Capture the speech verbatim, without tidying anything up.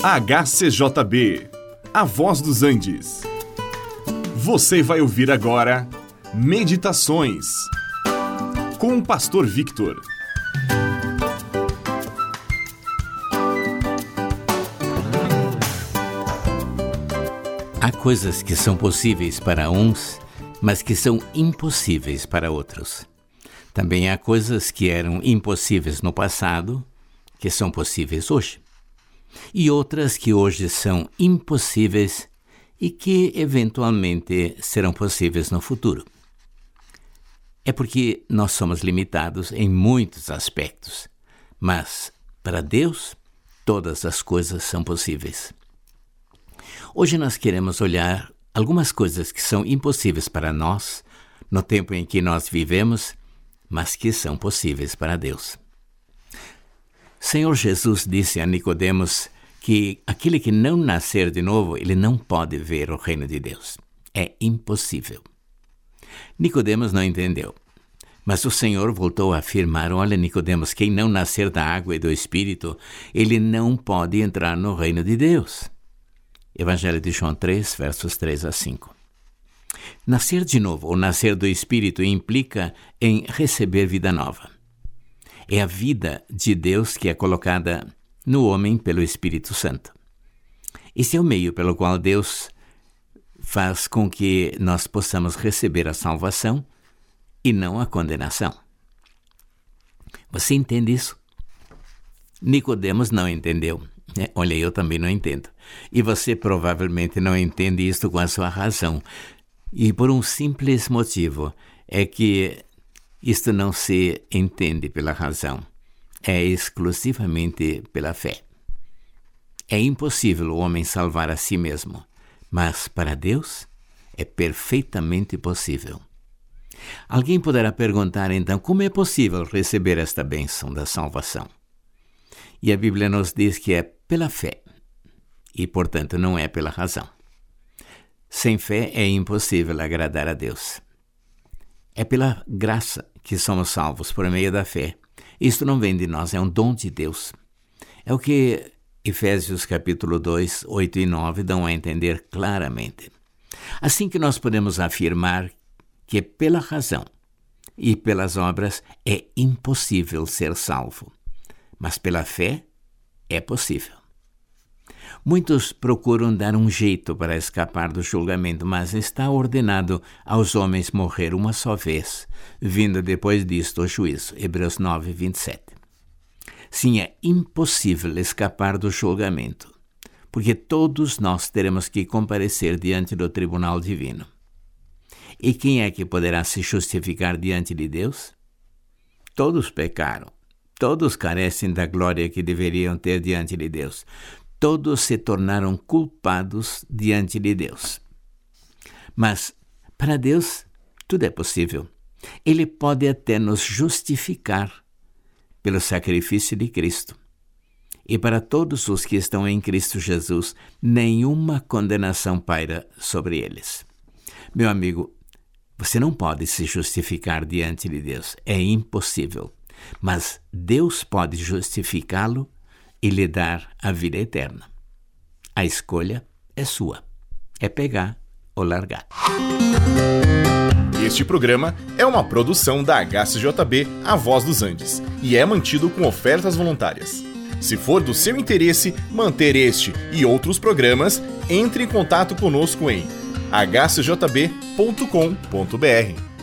H C J B, A Voz dos Andes. Você vai ouvir agora Meditações com o Pastor Victor. Há coisas que são possíveis para uns, mas que são impossíveis para outros. Também há coisas que eram impossíveis no passado, que são possíveis hoje. E outras que hoje são impossíveis e que eventualmente serão possíveis no futuro. É porque nós somos limitados em muitos aspectos, mas para Deus todas as coisas são possíveis. Hoje nós queremos olhar algumas coisas que são impossíveis para nós, no tempo em que nós vivemos, mas que são possíveis para Deus. Senhor Jesus disse a Nicodemos que aquele que não nascer de novo, ele não pode ver o reino de Deus. É impossível. Nicodemos não entendeu, mas o Senhor voltou a afirmar: olha, Nicodemos, quem não nascer da água e do Espírito, ele não pode entrar no reino de Deus. Evangelho de João três, versos três a cinco. Nascer de novo, ou nascer do Espírito, implica em receber vida nova. É a vida de Deus que é colocada no homem pelo Espírito Santo. Esse é o meio pelo qual Deus faz com que nós possamos receber a salvação e não a condenação. Você entende isso? Nicodemos não entendeu. É, olha, eu também não entendo. E você provavelmente não entende isso com a sua razão. E por um simples motivo, é que isto não se entende pela razão. É exclusivamente pela fé. É impossível o homem salvar a si mesmo, mas para Deus é perfeitamente possível. Alguém poderá perguntar então, como é possível receber esta bênção da salvação? E a Bíblia nos diz que é pela fé, e portanto não é pela razão. Sem fé é impossível agradar a Deus. É pela graça que somos salvos por meio da fé. Isto não vem de nós, é um dom de Deus. É o que Efésios capítulo dois, oito e nove dão a entender claramente. Assim que nós podemos afirmar que pela razão e pelas obras é impossível ser salvo, mas pela fé é possível. Muitos procuram dar um jeito para escapar do julgamento, mas está ordenado aos homens morrer uma só vez, vindo depois disto o juízo. Hebreus nove, vinte e sete. Sim, é impossível escapar do julgamento, porque todos nós teremos que comparecer diante do tribunal divino. E quem é que poderá se justificar diante de Deus? Todos pecaram. Todos carecem da glória que deveriam ter diante de Deus. Todos se tornaram culpados diante de Deus. Mas, para Deus, tudo é possível. Ele pode até nos justificar pelo sacrifício de Cristo. E para todos os que estão em Cristo Jesus, nenhuma condenação paira sobre eles. Meu amigo, você não pode se justificar diante de Deus. É impossível. Mas Deus pode justificá-lo e lhe dar a vida eterna. A escolha é sua. É pegar ou largar. Este programa é uma produção da H C J B, A Voz dos Andes, e é mantido com ofertas voluntárias. Se for do seu interesse manter este e outros programas, entre em contato conosco em h c j b ponto com ponto b r.